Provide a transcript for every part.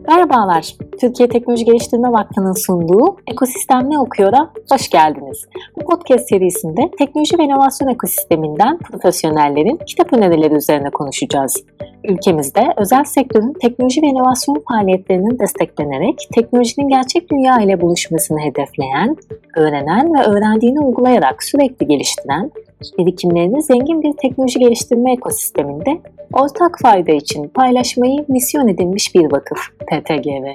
Merhabalar, Türkiye Teknoloji Geliştirme Vakfı'nın sunduğu Ekosistem Ne Okuyor'a hoş geldiniz. Bu podcast serisinde teknoloji ve inovasyon ekosisteminden profesyonellerin kitap önerileri üzerine konuşacağız. Ülkemizde özel sektörün teknoloji ve inovasyon faaliyetlerinin desteklenerek teknolojinin gerçek dünya ile buluşmasını hedefleyen, öğrenen ve öğrendiğini uygulayarak sürekli geliştiren, birikimlerini zengin bir teknoloji geliştirme ekosisteminde ortak fayda için paylaşmayı misyon edinmiş bir vakıf, TTGV.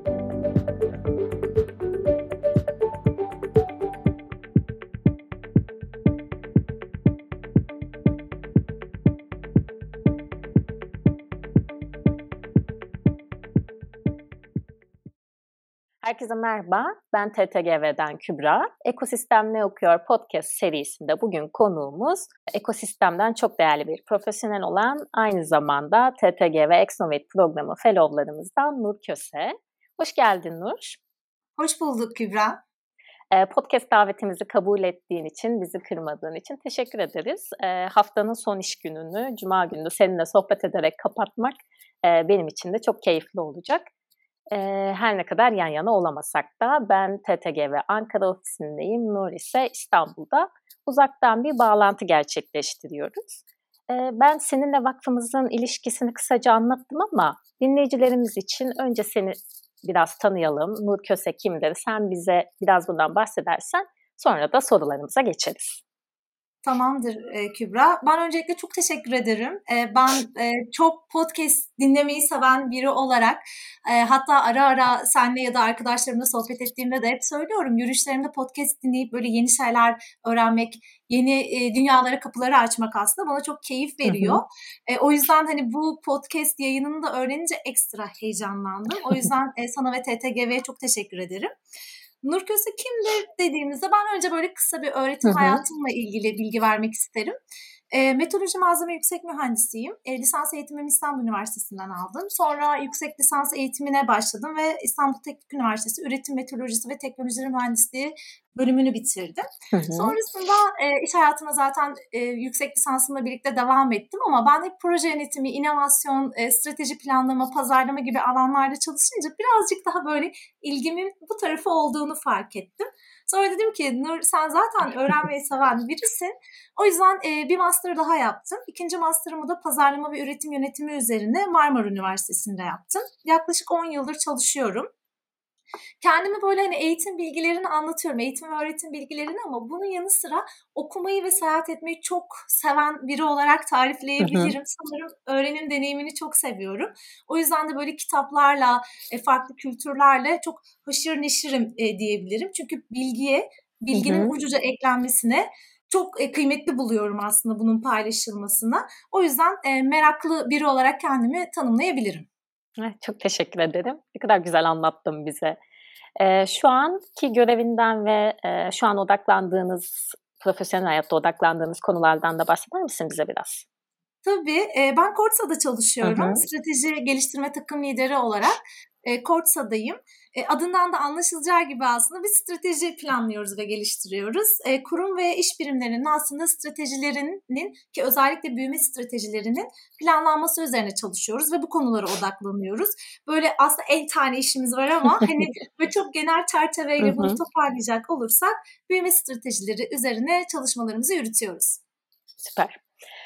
Herkese merhaba, ben TTGV'den Kübra. Ekosistem Ne Okuyor podcast serisinde bugün konuğumuz ekosistemden çok değerli bir profesyonel olan, aynı zamanda TTGV Exnovate programı fellowlarımızdan Nur Köse. Hoş geldin Nur. Hoş bulduk Kübra. Podcast davetimizi kabul ettiğin için, bizi kırmadığın için teşekkür ederiz. Haftanın son iş gününü, Cuma günü seninle sohbet ederek kapatmak benim için de çok keyifli olacak. Her ne kadar yan yana olamasak da ben TTGV Ankara ofisindeyim, Nur ise İstanbul'da. Uzaktan bir bağlantı gerçekleştiriyoruz. Ben seninle vakfımızın ilişkisini kısaca anlattım ama dinleyicilerimiz için önce seni biraz tanıyalım. Nur Köse kimdir? Sen bize biraz bundan bahsedersen sonra da sorularımıza geçeriz. Tamamdır Kübra. Ben öncelikle çok teşekkür ederim. Ben çok podcast dinlemeyi seven biri olarak hatta ara ara seninle ya da arkadaşlarımla sohbet ettiğimde de hep söylüyorum. Yürüyüşlerimde podcast dinleyip böyle yeni şeyler öğrenmek, yeni dünyalara kapıları açmak aslında bana çok keyif veriyor. O yüzden hani bu podcast yayınını da öğrenince ekstra heyecanlandım. O yüzden sana ve TTGV'ye çok teşekkür ederim. Nur Köse kimdir dediğimizde ben önce böyle kısa bir öğretim hayatımla ilgili bilgi vermek isterim. Meteoroloji malzeme yüksek mühendisiyim. Lisans eğitimimi İstanbul Üniversitesi'nden aldım. Sonra yüksek lisans eğitimine başladım ve İstanbul Teknik Üniversitesi Üretim Meteorolojisi ve Teknolojileri Mühendisliği bölümünü bitirdim. Sonrasında iş hayatına zaten yüksek lisansımla birlikte devam ettim ama ben hep proje yönetimi, inovasyon, strateji planlama, pazarlama gibi alanlarda çalışınca birazcık daha böyle ilgimin bu tarafı olduğunu fark ettim. Sonra dedim ki Nur sen zaten öğrenmeyi seven birisin. O yüzden bir master daha yaptım. İkinci master'ımı da pazarlama ve üretim yönetimi üzerine Marmara Üniversitesi'nde yaptım. Yaklaşık 10 yıldır çalışıyorum. Kendimi böyle hani eğitim bilgilerini anlatıyorum, eğitim ve öğretim bilgilerini ama bunun yanı sıra okumayı ve seyahat etmeyi çok seven biri olarak tarifleyebilirim. Sanırım öğrenim deneyimini çok seviyorum. O yüzden de böyle kitaplarla, farklı kültürlerle çok haşır neşirim diyebilirim. Çünkü bilginin ucuca eklenmesine çok kıymetli buluyorum aslında bunun paylaşılmasına. O yüzden meraklı biri olarak kendimi tanımlayabilirim. Çok teşekkür ederim. Ne kadar güzel anlattın bize. Şu anki görevinden ve şu an odaklandığınız, profesyonel hayatta odaklandığınız konulardan da bahseder misin bize biraz? Tabii. Ben Kortsa'da çalışıyorum. Strateji geliştirme takım lideri olarak Kortsa'dayım. Adından da anlaşılacağı gibi aslında bir strateji planlıyoruz ve geliştiriyoruz. Kurum ve iş birimlerinin aslında stratejilerinin ki özellikle büyüme stratejilerinin planlanması üzerine çalışıyoruz ve bu konulara odaklanıyoruz. Böyle aslında 50 tane işimiz var ama hani böyle çok genel çerçeveyle bunu toparlayacak olursak büyüme stratejileri üzerine çalışmalarımızı yürütüyoruz. Süper.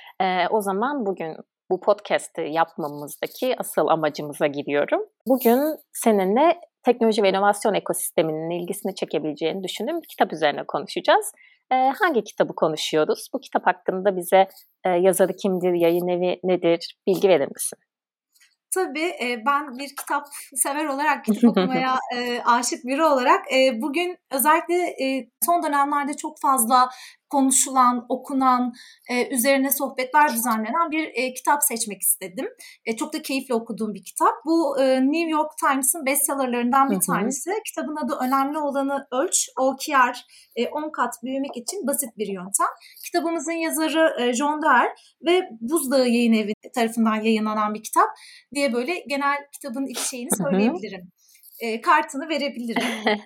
O zaman bugün bu podcast'ı yapmamızdaki asıl amacımıza giriyorum. Bugün seninle teknoloji ve inovasyon ekosisteminin ilgisini çekebileceğini düşündüğüm bir kitap üzerine konuşacağız. Hangi kitabı konuşuyoruz? Bu kitap hakkında bize yazarı kimdir, yayın evi nedir, bilgi verir misin? Tabii ben bir kitap sever olarak, kitap okumaya aşık biri olarak bugün özellikle son dönemlerde çok fazla konuşulan, okunan, üzerine sohbetler düzenlenen bir kitap seçmek istedim. Çok da keyifle okuduğum bir kitap. Bu New York Times'ın bestsellerlerinden bir tanesi. Kitabın adı Önemli Olanı Ölç, OKR, 10 kat büyümek için basit bir yöntem. Kitabımızın yazarı John Doerr ve Buzdağı Yayın Evi tarafından yayınlanan bir kitap diye böyle genel kitabın ilk şeyini söyleyebilirim. Kartını verebilirim.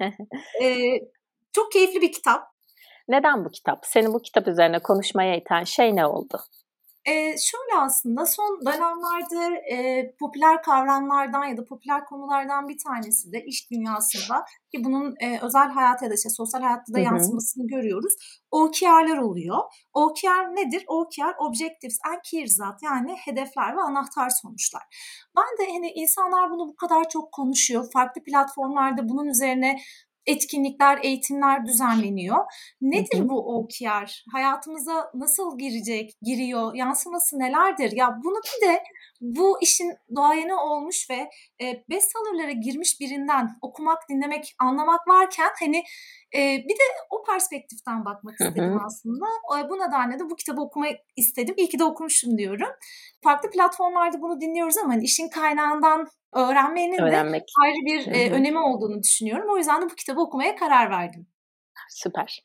Çok keyifli bir kitap. Neden bu kitap? Seni bu kitap üzerine konuşmaya iten şey ne oldu? Şöyle aslında son dönemlerde popüler kavramlardan ya da popüler konulardan bir tanesi de iş dünyasında ki bunun özel hayata ya da işte sosyal hayatta da Hı hı. yansımasını görüyoruz. OKR'lar oluyor. OKR nedir? OKR Objectives and Key Results, yani hedefler ve anahtar sonuçlar. Ben de hani insanlar bunu bu kadar çok konuşuyor. Farklı platformlarda bunun üzerine etkinlikler, eğitimler düzenleniyor. Hı Nedir hı. bu OKR? Hayatımıza nasıl giriyor? Yansıması nelerdir? Ya bunu bir de bu işin doğayeni olmuş ve bestseller'lara girmiş birinden okumak, dinlemek, anlamak varken hani bir de o perspektiften bakmak Hı istedim hı. aslında. Bu nedenle de bu kitabı okumayı istedim. İyi ki de okumuşum diyorum. Farklı platformlarda bunu dinliyoruz ama hani işin kaynağından öğrenmenin de Öğrenmek. ayrı bir Hı hı. önemi olduğunu düşünüyorum. O yüzden de bu kitabı okumaya karar verdim. Süper.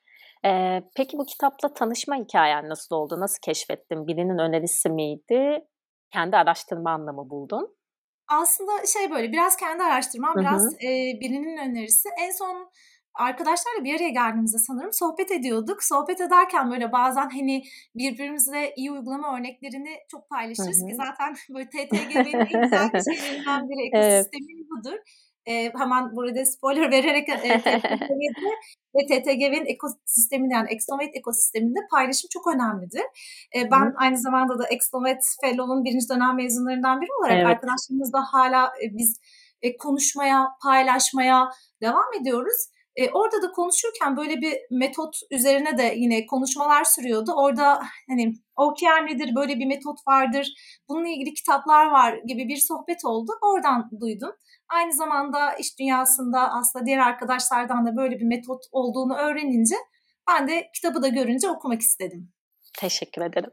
Peki bu kitapla tanışma hikâyen nasıl oldu? Nasıl keşfettin? Birinin önerisi miydi? Kendi araştırmanla mı buldun? Aslında böyle biraz kendi araştırmam, Hı biraz hı. birinin önerisi. En son arkadaşlarla bir araya geldiğimizde sanırım sohbet ediyorduk. Sohbet ederken böyle bazen hani birbirimizle iyi uygulama örneklerini çok Hı paylaşırız ki hı. zaten böyle TTGV'nin en güzel şeylerinden biri, Evet. ekosistemin budur. Hemen burada spoiler vererek TTGV'de ve TTGV'nin ekosisteminde, yani Exnovate ekosisteminde paylaşım çok önemlidir. Hı Ben hı. aynı zamanda da Exnovate Fellow'un 1. dönem mezunlarından biri olarak Evet. arkadaşlarımızla hâlâ biz konuşmaya, paylaşmaya devam ediyoruz. Orada da konuşurken böyle bir metot üzerine de yine konuşmalar sürüyordu. Orada hani OKR nedir, böyle bir metot vardır, bununla ilgili kitaplar var gibi bir sohbet oldu. Oradan duydum. Aynı zamanda iş dünyasında aslında diğer arkadaşlardan da böyle bir metot olduğunu öğrenince ben de kitabı da görünce okumak istedim. Teşekkür ederim.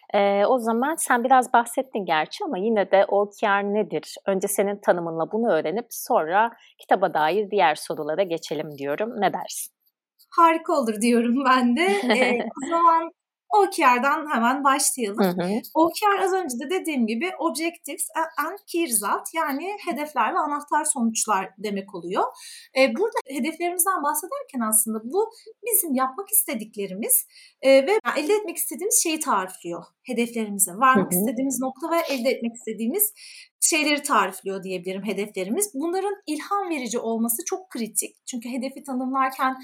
O zaman sen biraz bahsettin gerçi ama yine de OKR nedir? Önce senin tanımınla bunu öğrenip sonra kitaba dair diğer sorulara geçelim diyorum. Ne dersin? Harika olur diyorum ben de. O zaman OKR'dan hemen başlayalım. Hı hı. OKR az önce de dediğim gibi Objectives and Key Results, yani hedefler ve anahtar sonuçlar demek oluyor. Burada hedeflerimizden bahsederken aslında bu bizim yapmak istediklerimiz ve elde etmek istediğimiz şeyi tarifliyor hedeflerimize. Hı Varmak hı. istediğimiz nokta ve elde etmek istediğimiz şeyleri tarifliyor diyebilirim hedeflerimiz. Bunların ilham verici olması çok kritik. Çünkü hedefi tanımlarken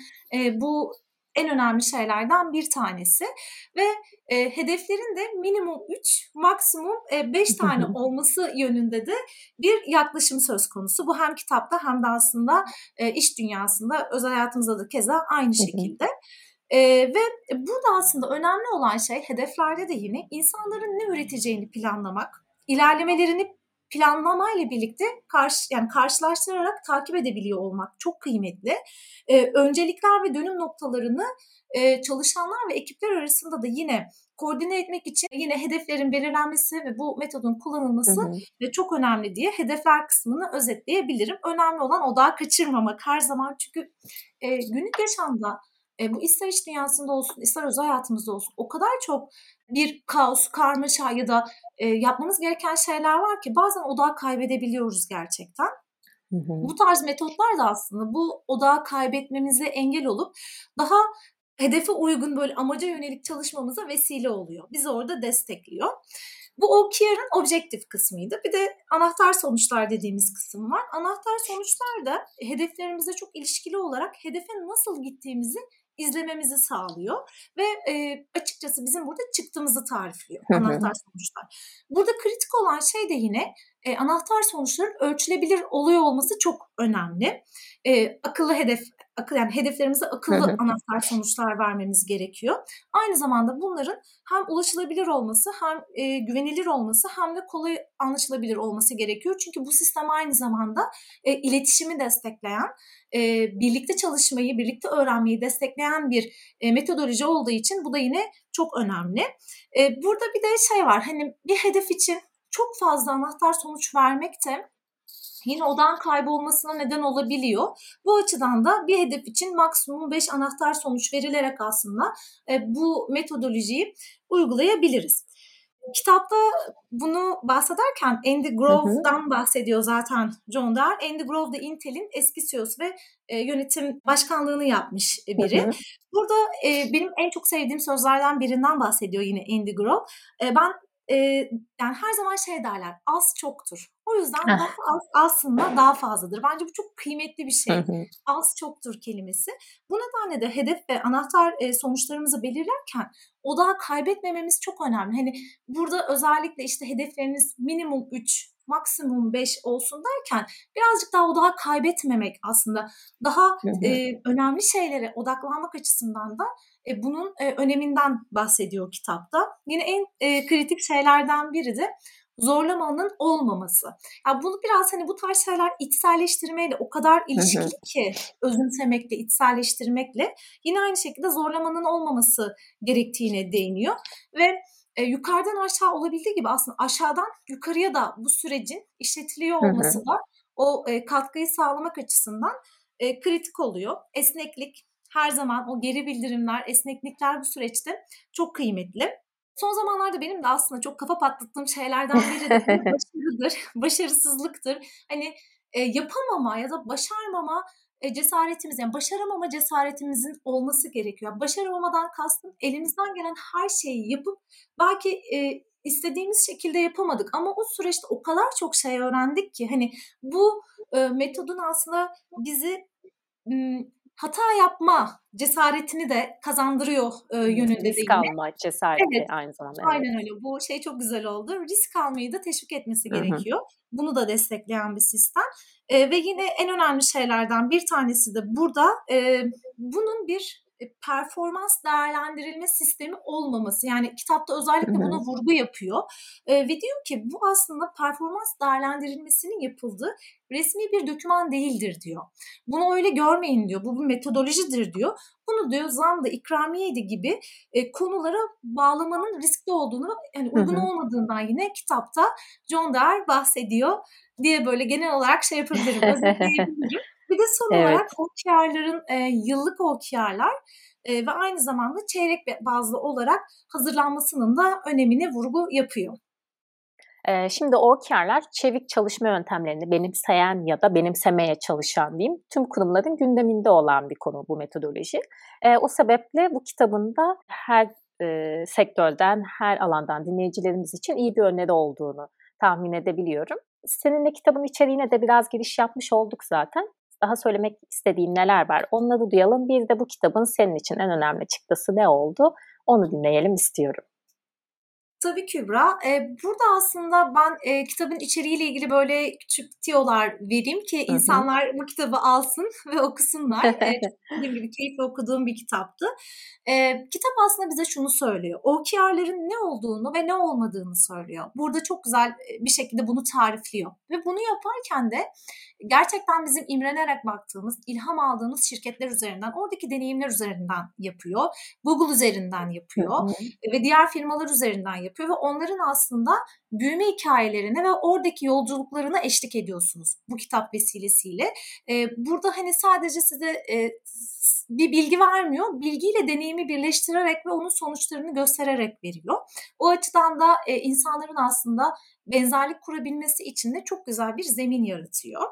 bu en önemli şeylerden bir tanesi ve hedeflerin de minimum 3, maksimum 5 Hı tane hı. olması yönünde de bir yaklaşım söz konusu. Bu hem kitapta hem de aslında iş dünyasında, özel hayatımızda da keza aynı Hı hı. şekilde. Ve burada aslında önemli olan şey hedeflerde de yine insanların ne üreteceğini planlamak, ilerlemelerini planlamayla birlikte yani karşılaştırarak takip edebiliyor olmak çok kıymetli. Öncelikler ve dönüm noktalarını çalışanlar ve ekipler arasında da yine koordine etmek için yine hedeflerin belirlenmesi ve bu metodun Hı kullanılması hı. çok önemli diye hedefler kısmını özetleyebilirim. Önemli olan odağı kaçırmamak her zaman, çünkü günlük yaşamda bu ister iş dünyasında olsun, ister özel hayatımızda olsun o kadar çok bir kaos, karmaşa ya da yapmamız gereken şeyler var ki bazen odağı kaybedebiliyoruz gerçekten. Hı hı. Bu tarz metotlar da aslında bu odağı kaybetmemize engel olup daha hedefe uygun, böyle amaca yönelik çalışmamıza vesile oluyor. Bizi orada destekliyor. Bu OKR'ın objektif kısmıydı. Bir de anahtar sonuçlar dediğimiz kısım var. Anahtar sonuçlar da hedeflerimize çok ilişkili olarak hedefe nasıl gittiğimizi izlememizi sağlıyor ve açıkçası bizim burada çıktığımızı tarifliyor Hı hı. anahtar sonuçlar. Burada kritik olan şey de yine anahtar sonuçların ölçülebilir oluyor olması çok önemli. Akıllı hedef, yani hedeflerimize Hı akıllı hı. anahtar sonuçlar vermemiz gerekiyor. Aynı zamanda bunların hem ulaşılabilir olması, hem güvenilir olması, hem de kolay anlaşılabilir olması gerekiyor. Çünkü bu sistem aynı zamanda iletişimi destekleyen, birlikte çalışmayı, birlikte öğrenmeyi destekleyen bir metodoloji olduğu için bu da yine çok önemli. Burada bir de şey var, hani bir hedef için çok fazla anahtar sonuç vermek de yine odağın kaybolmasına neden olabiliyor. Bu açıdan da bir hedef için maksimum 5 anahtar sonuç verilerek aslında bu metodolojiyi uygulayabiliriz. Kitapta bunu bahsederken Andy Hı hı. Grove'dan bahsediyor zaten John Doerr. Andy Grove da Intel'in eski CEO'su ve yönetim başkanlığını yapmış Hı biri. hı. Burada benim en çok sevdiğim sözlerden birinden bahsediyor yine Andy Grove. Ben yani her zaman şey derler, az çoktur. O yüzden laf az aslında daha fazladır. Bence bu çok kıymetli bir şey. Az çoktur kelimesi. Bu nedenle de hedef ve anahtar sonuçlarımızı belirlerken odağı kaybetmememiz çok önemli. Hani burada özellikle işte hedefleriniz minimum 3, maksimum 5 olsun derken birazcık daha odağı kaybetmemek aslında. Daha önemli şeylere odaklanmak açısından da bunun öneminden bahsediyor kitapta. Yine en kritik şeylerden biri de zorlamanın olmaması. Yani bunu biraz hani bu tarz şeyler içselleştirmeyle o kadar ilişkili ki özümsemekle, içselleştirmekle yine aynı şekilde zorlamanın olmaması gerektiğine değiniyor ve yukarıdan aşağı olabildiği gibi aslında aşağıdan yukarıya da bu sürecin işletiliyor olması da o katkıyı sağlamak açısından kritik oluyor. Esneklik her zaman o geri bildirimler, esneklikler bu süreçte çok kıymetli. Son zamanlarda benim de aslında çok kafa patlattığım şeylerden biri de başarıdır, başarısızlıktır. Hani yapamama ya da başarmama cesaretimiz, yani başaramama cesaretimizin olması gerekiyor. Başaramamadan kastım elimizden gelen her şeyi yapıp belki istediğimiz şekilde yapamadık ama o süreçte o kadar çok şey öğrendik ki hani bu metodun aslında bizi hata yapma cesaretini de kazandırıyor yönünde risk değil mi? alma cesareti Evet, aynı zamanda. aynen öyle. Bu şey çok güzel oldu. Risk almayı da teşvik etmesi gerekiyor. Bunu da destekleyen bir sistem. Ve yine en önemli şeylerden bir tanesi de burada bunun bir performans değerlendirilme sistemi olmaması. Yani kitapta özellikle buna vurgu yapıyor. Ve diyor ki bu aslında performans değerlendirilmesinin yapıldığı resmi bir doküman değildir diyor. Bunu öyle görmeyin diyor. Bu bir metodolojidir diyor. Bunu diyor zamda, ikramiyeydi gibi konulara bağlamanın riskli olduğunu, yani uygun olmadığından yine kitapta John Dare bahsediyor diye böyle genel olarak şey yapabilirim, özetleyebilirim. Bir de son olarak OKR'ların yıllık OKR'lar ve aynı zamanda çeyrek bazlı olarak hazırlanmasının da önemine vurgu yapıyor. Şimdi OKR'lar çevik çalışma yöntemlerini benimseyen ya da benimsemeye çalışan diyeyim tüm kurumların gündeminde olan bir konu bu metodoloji. O sebeple bu kitabında her sektörden, her alandan dinleyicilerimiz için iyi bir öneri olduğunu tahmin edebiliyorum. Seninle kitabın içeriğine de biraz giriş yapmış olduk zaten. Daha söylemek istediğin neler var? Onları duyalım. Bir de bu kitabın senin için en önemli çıktısı ne oldu? Onu dinleyelim istiyorum. Tabii Kübra. Burada aslında ben kitabın içeriğiyle ilgili böyle küçük tiyolar vereyim ki insanlar bu kitabı alsın ve okusunlar. Çok dediğim gibi keyifle okuduğum bir kitaptı. Kitap aslında bize şunu söylüyor. OKR'ların ne olduğunu ve ne olmadığını söylüyor. Burada çok güzel bir şekilde bunu tarifliyor. Ve bunu yaparken de gerçekten bizim imrenerek baktığımız, ilham aldığımız şirketler üzerinden, oradaki deneyimler üzerinden yapıyor. Google üzerinden yapıyor ve diğer firmalar üzerinden yapıyor ve onların aslında büyüme hikayelerine ve oradaki yolculuklarına eşlik ediyorsunuz bu kitap vesilesiyle. Burada hani sadece size bir bilgi vermiyor, bilgiyle deneyimi birleştirerek ve onun sonuçlarını göstererek veriyor. O açıdan da insanların aslında benzerlik kurabilmesi için de çok güzel bir zemin yaratıyor.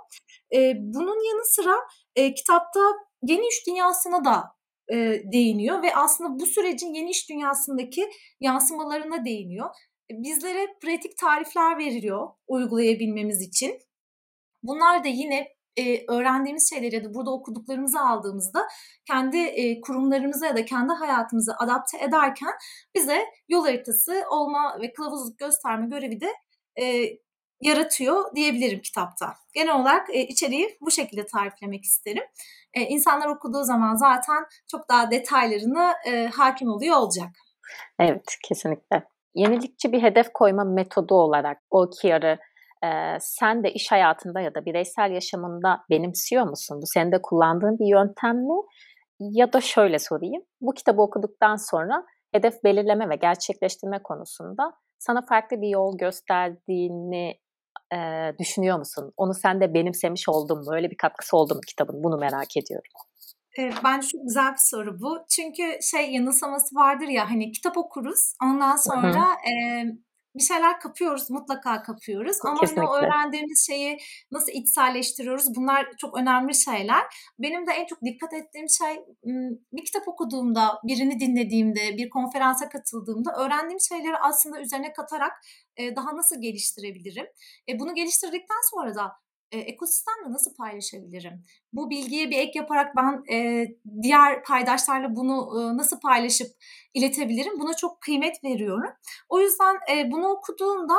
Bunun yanı sıra kitapta yeni iş dünyasına da değiniyor ve aslında bu sürecin yeni iş dünyasındaki yansımalarına değiniyor. Bizlere pratik tarifler veriliyor uygulayabilmemiz için. Bunlar da yine öğrendiğimiz şeyleri ya da burada okuduklarımızı aldığımızda kendi kurumlarımıza ya da kendi hayatımıza adapte ederken bize yol haritası olma ve kılavuzluk gösterme görevi de yaratıyor diyebilirim kitapta. Genel olarak içeriği bu şekilde tariflemek isterim. İnsanlar okuduğu zaman zaten çok daha detaylarına hakim oluyor olacak. Evet, kesinlikle. Yenilikçi bir hedef koyma metodu olarak OKR'ı sen de iş hayatında ya da bireysel yaşamında benimsiyor musun? Bu senin de kullandığın bir yöntem mi? Ya da şöyle sorayım. Bu kitabı okuduktan sonra hedef belirleme ve gerçekleştirme konusunda sana farklı bir yol gösterdiğini düşünüyor musun? Onu sen de benimsemiş oldun mu? Öyle bir katkısı oldu mu kitabın? Bunu merak ediyorum. Bence çok güzel bir soru bu. Çünkü yanılsaması vardır ya, hani kitap okuruz. Ondan sonra bir şeyler kapıyoruz, mutlaka kapıyoruz. Ama hani o Kesinlikle. öğrendiğimiz şeyi nasıl içselleştiriyoruz? Bunlar çok önemli şeyler. Benim de en çok dikkat ettiğim şey, bir kitap okuduğumda, birini dinlediğimde, bir konferansa katıldığımda öğrendiğim şeyleri aslında üzerine katarak daha nasıl geliştirebilirim? Bunu geliştirdikten sonra da ekosistemle nasıl paylaşabilirim? Bu bilgiye bir ek yaparak ben diğer paydaşlarla bunu nasıl paylaşıp iletebilirim? Buna çok kıymet veriyorum. O yüzden bunu okuduğumda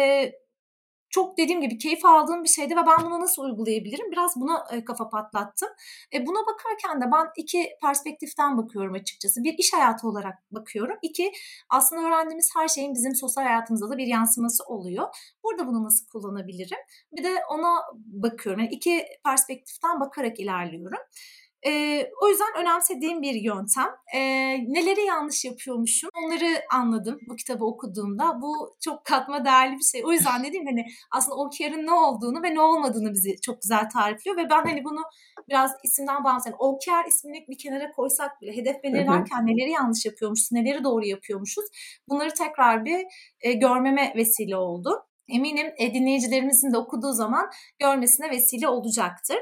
çok dediğim gibi keyif aldığım bir şeydi ve ben bunu nasıl uygulayabilirim? Biraz buna kafa patlattım. Buna bakarken de ben iki perspektiften bakıyorum açıkçası. Bir, iş hayatı olarak bakıyorum. İki, aslında öğrendiğimiz her şeyin bizim sosyal hayatımızda da bir yansıması oluyor. Burada bunu nasıl kullanabilirim? Bir de ona bakıyorum. Yani iki perspektiften bakarak ilerliyorum. O yüzden önemsediğim bir yöntem. Neleri yanlış yapıyormuşum onları anladım bu kitabı okuduğumda. Bu çok katma değerli bir şey. O yüzden dediğim hani aslında OKR'ın ne olduğunu ve ne olmadığını bizi çok güzel tarifliyor. Ve ben hani bunu biraz isimden bağımsız. Yani OKR ismini bir kenara koysak bile hedef belirlerken neleri yanlış yapıyormuşuz, neleri doğru yapıyormuşuz bunları tekrar bir görmeme vesile oldu. Eminim dinleyicilerimizin de okuduğu zaman görmesine vesile olacaktır.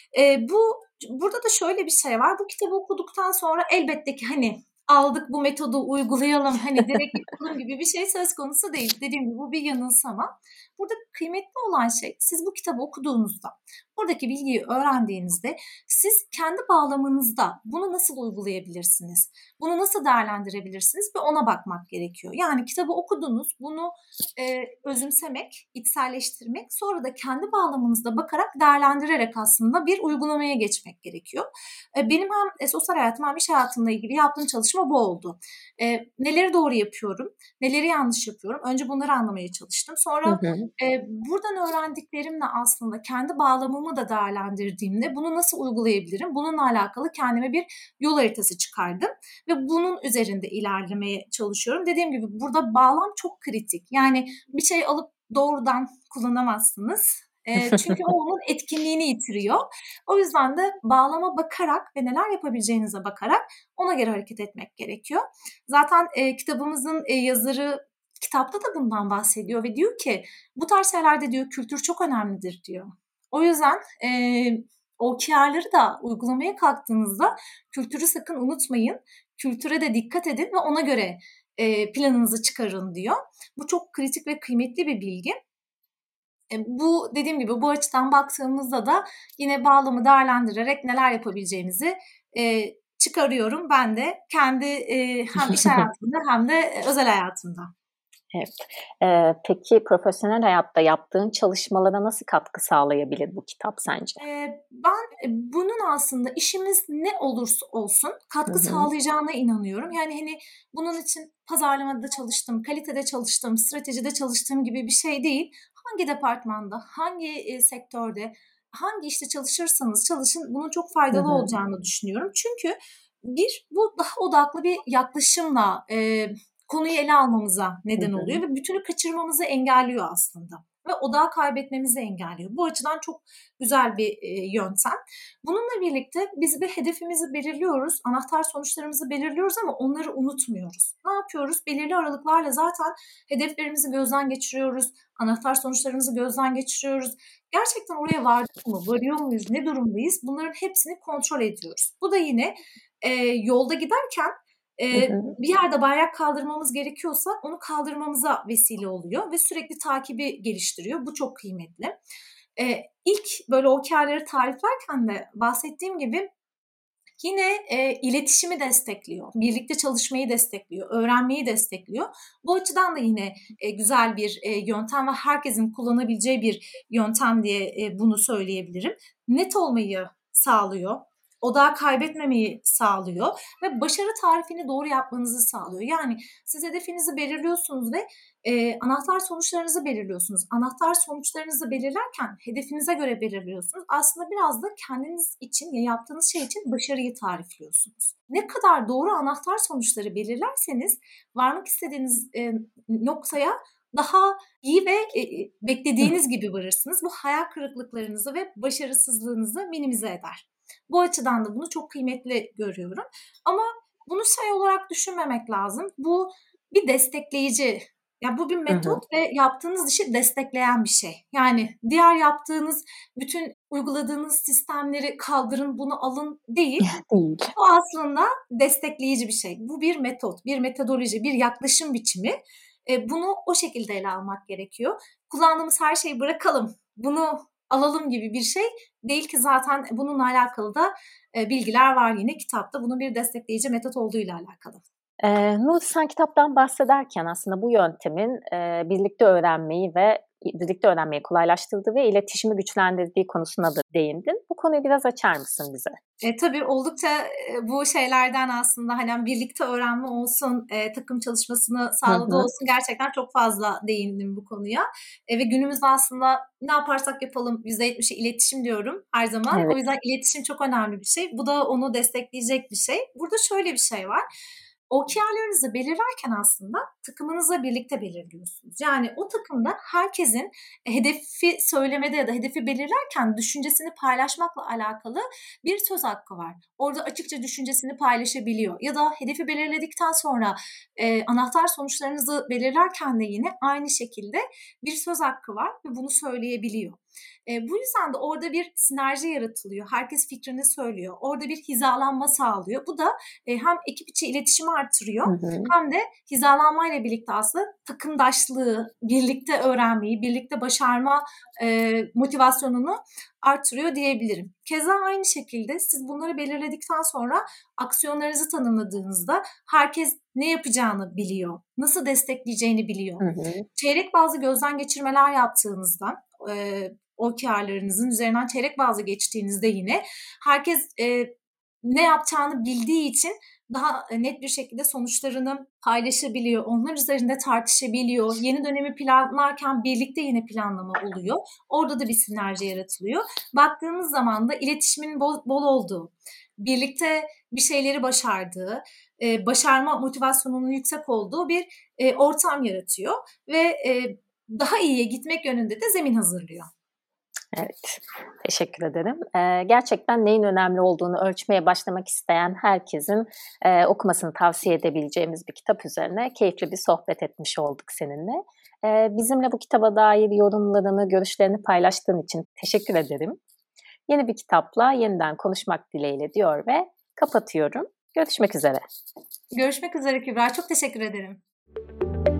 Burada da şöyle bir şey var. Bu kitabı okuduktan sonra elbette ki hani aldık bu metodu uygulayalım hani direkt yapalım gibi bir şey söz konusu değil. Dediğim gibi bu bir yanılsama. Burada kıymetli olan şey siz bu kitabı okuduğunuzda buradaki bilgiyi öğrendiğinizde siz kendi bağlamınızda bunu nasıl uygulayabilirsiniz? Bunu nasıl değerlendirebilirsiniz ve ona bakmak gerekiyor. Yani kitabı okudunuz, bunu özümsemek, içselleştirmek, sonra da kendi bağlamınızda bakarak değerlendirerek aslında bir uygulamaya geçmek gerekiyor. Benim hem sosyal hayatım hem iş hayatımla ilgili yaptığım çalışma bu oldu. Neleri doğru yapıyorum, neleri yanlış yapıyorum. Önce bunları anlamaya çalıştım. Sonra buradan öğrendiklerimle aslında kendi bağlamımı da değerlendirdiğimde bunu nasıl uygulayabilirim? Bununla alakalı kendime bir yol haritası çıkardım ve bunun üzerinde ilerlemeye çalışıyorum. Dediğim gibi burada bağlam çok kritik. Yani bir şey alıp doğrudan kullanamazsınız. Çünkü o onun etkinliğini yitiriyor. O yüzden de bağlama bakarak ve neler yapabileceğinize bakarak ona göre hareket etmek gerekiyor. Zaten kitabımızın yazarı kitapta da bundan bahsediyor ve diyor ki bu tarz şeylerde diyor kültür çok önemlidir diyor. O yüzden OKR'ları da uygulamaya kalktığınızda kültürü sakın unutmayın. Kültüre de dikkat edin ve ona göre planınızı çıkarın diyor. Bu çok kritik ve kıymetli bir bilgi. Bu dediğim gibi bu açıdan baktığımızda da yine bağlamı değerlendirerek neler yapabileceğinizi çıkarıyorum ben de kendi hem iş hayatımda hem de özel hayatımda. Evet. Peki profesyonel hayatta yaptığın çalışmalara nasıl katkı sağlayabilir bu kitap sence? Ben bunun aslında işimiz ne olursa olsun katkı sağlayacağına inanıyorum. Yani hani bunun için pazarlamada çalıştım, kalitede çalıştım, stratejide çalıştığım gibi bir şey değil. Hangi departmanda, hangi sektörde, hangi işte çalışırsanız çalışın bunun çok faydalı olacağını düşünüyorum. Çünkü bu daha odaklı bir yaklaşımla konuyu ele almamıza neden oluyor ve bütünü kaçırmamızı engelliyor aslında. Ve odağı kaybetmemizi engelliyor. Bu açıdan çok güzel bir yöntem. Bununla birlikte biz bir hedefimizi belirliyoruz, anahtar sonuçlarımızı belirliyoruz ama onları unutmuyoruz. Ne yapıyoruz? Belirli aralıklarla zaten hedeflerimizi gözden geçiriyoruz, anahtar sonuçlarımızı gözden geçiriyoruz. Gerçekten oraya vardık mı, varıyor muyuz, ne durumdayız? Bunların hepsini kontrol ediyoruz. Bu da yine yolda giderken bir yerde bayrak kaldırmamız gerekiyorsa onu kaldırmamıza vesile oluyor ve sürekli takibi geliştiriyor. Bu çok kıymetli. İlk böyle OKR'leri tariflerken de bahsettiğim gibi yine iletişimi destekliyor, birlikte çalışmayı destekliyor, öğrenmeyi destekliyor. Bu açıdan da yine güzel bir yöntem ve herkesin kullanabileceği bir yöntem diye bunu söyleyebilirim. Net olmayı sağlıyor. Odağı kaybetmemeyi sağlıyor ve başarı tarifini doğru yapmanızı sağlıyor. Yani siz hedefinizi belirliyorsunuz ve anahtar sonuçlarınızı belirliyorsunuz. Anahtar sonuçlarınızı belirlerken hedefinize göre belirliyorsunuz. Aslında biraz da kendiniz için ya yaptığınız şey için başarıyı tarifliyorsunuz. Ne kadar doğru anahtar sonuçları belirlerseniz varmak istediğiniz noktaya daha iyi ve beklediğiniz gibi varırsınız. Bu hayal kırıklıklarınızı ve başarısızlığınızı minimize eder. Bu açıdan da bunu çok kıymetli görüyorum. Ama bunu şey olarak düşünmemek lazım. Bu bir destekleyici Ya bu bir Hı hı. metot ve yaptığınız işi destekleyen bir şey. Yani diğer yaptığınız bütün uyguladığınız sistemleri kaldırın, bunu alın değil. Değil. Bu aslında destekleyici bir şey. Bu bir metot, bir metodoloji, bir yaklaşım biçimi. Bunu o şekilde ele almak gerekiyor. Kullandığımız her şeyi bırakalım, bunu alalım gibi bir şey değil ki zaten bununla alakalı da bilgiler var yine kitapta. Bunun bir destekleyici metot olduğuyla alakalı. Nuri, sen kitaptan bahsederken aslında bu yöntemin, birlikte öğrenmeyi kolaylaştırdığı ve iletişimi güçlendirdiği konusuna da değindin. Bu konuyu biraz açar mısın bize? Tabii oldukça bu şeylerden aslında hani birlikte öğrenme olsun, takım çalışmasını Hı sağladığı hı. olsun gerçekten çok fazla değindim bu konuya. Ve günümüzde aslında ne yaparsak yapalım %70'i iletişim diyorum her zaman. O Evet. yüzden iletişim çok önemli bir şey. Bu da onu destekleyecek bir şey. Burada şöyle bir şey var. OKR'larınızı belirlerken aslında takımınızla birlikte belirliyorsunuz. Yani o takımda herkesin hedefi söylemede ya da hedefi belirlerken düşüncesini paylaşmakla alakalı bir söz hakkı var. Orada açıkça düşüncesini paylaşabiliyor. Ya da hedefi belirledikten sonra anahtar sonuçlarınızı belirlerken de yine aynı şekilde bir söz hakkı var ve bunu söyleyebiliyor. Bu yüzden de orada bir sinerji yaratılıyor. Herkes fikrini söylüyor. Orada bir hizalanma sağlıyor. Bu da hem ekip içi iletişimi artırıyor Hı hı. hem de hizalanmayla birlikte aslında takımdaşlığı, birlikte öğrenmeyi, birlikte başarma motivasyonunu artırıyor diyebilirim. Keza aynı şekilde siz bunları belirledikten sonra aksiyonlarınızı tanımladığınızda herkes ne yapacağını biliyor, nasıl destekleyeceğini biliyor. Hı hı. Çeyrek bazlı gözden geçirmeler yaptığınızda OKR'larınızın üzerinden çeyrek bazlı geçtiğinizde yine herkes ne yapacağını bildiği için daha net bir şekilde sonuçlarını paylaşabiliyor. Onlar üzerinde tartışabiliyor. Yeni dönemi planlarken birlikte yine planlama oluyor. Orada da bir sinerji yaratılıyor. Baktığımız zaman da iletişimin bol olduğu, birlikte bir şeyleri başardığı, başarma motivasyonunun yüksek olduğu bir ortam yaratıyor ve daha iyiye gitmek yönünde de zemin hazırlıyor. Evet, teşekkür ederim. Gerçekten neyin önemli olduğunu ölçmeye başlamak isteyen herkesin okumasını tavsiye edebileceğimiz bir kitap üzerine keyifli bir sohbet etmiş olduk seninle. Bizimle bu kitaba dair yorumlarını, görüşlerini paylaştığın için teşekkür ederim. Yeni bir kitapla yeniden konuşmak dileğiyle diyor ve kapatıyorum. Görüşmek üzere. Görüşmek üzere Kübra. Çok teşekkür ederim.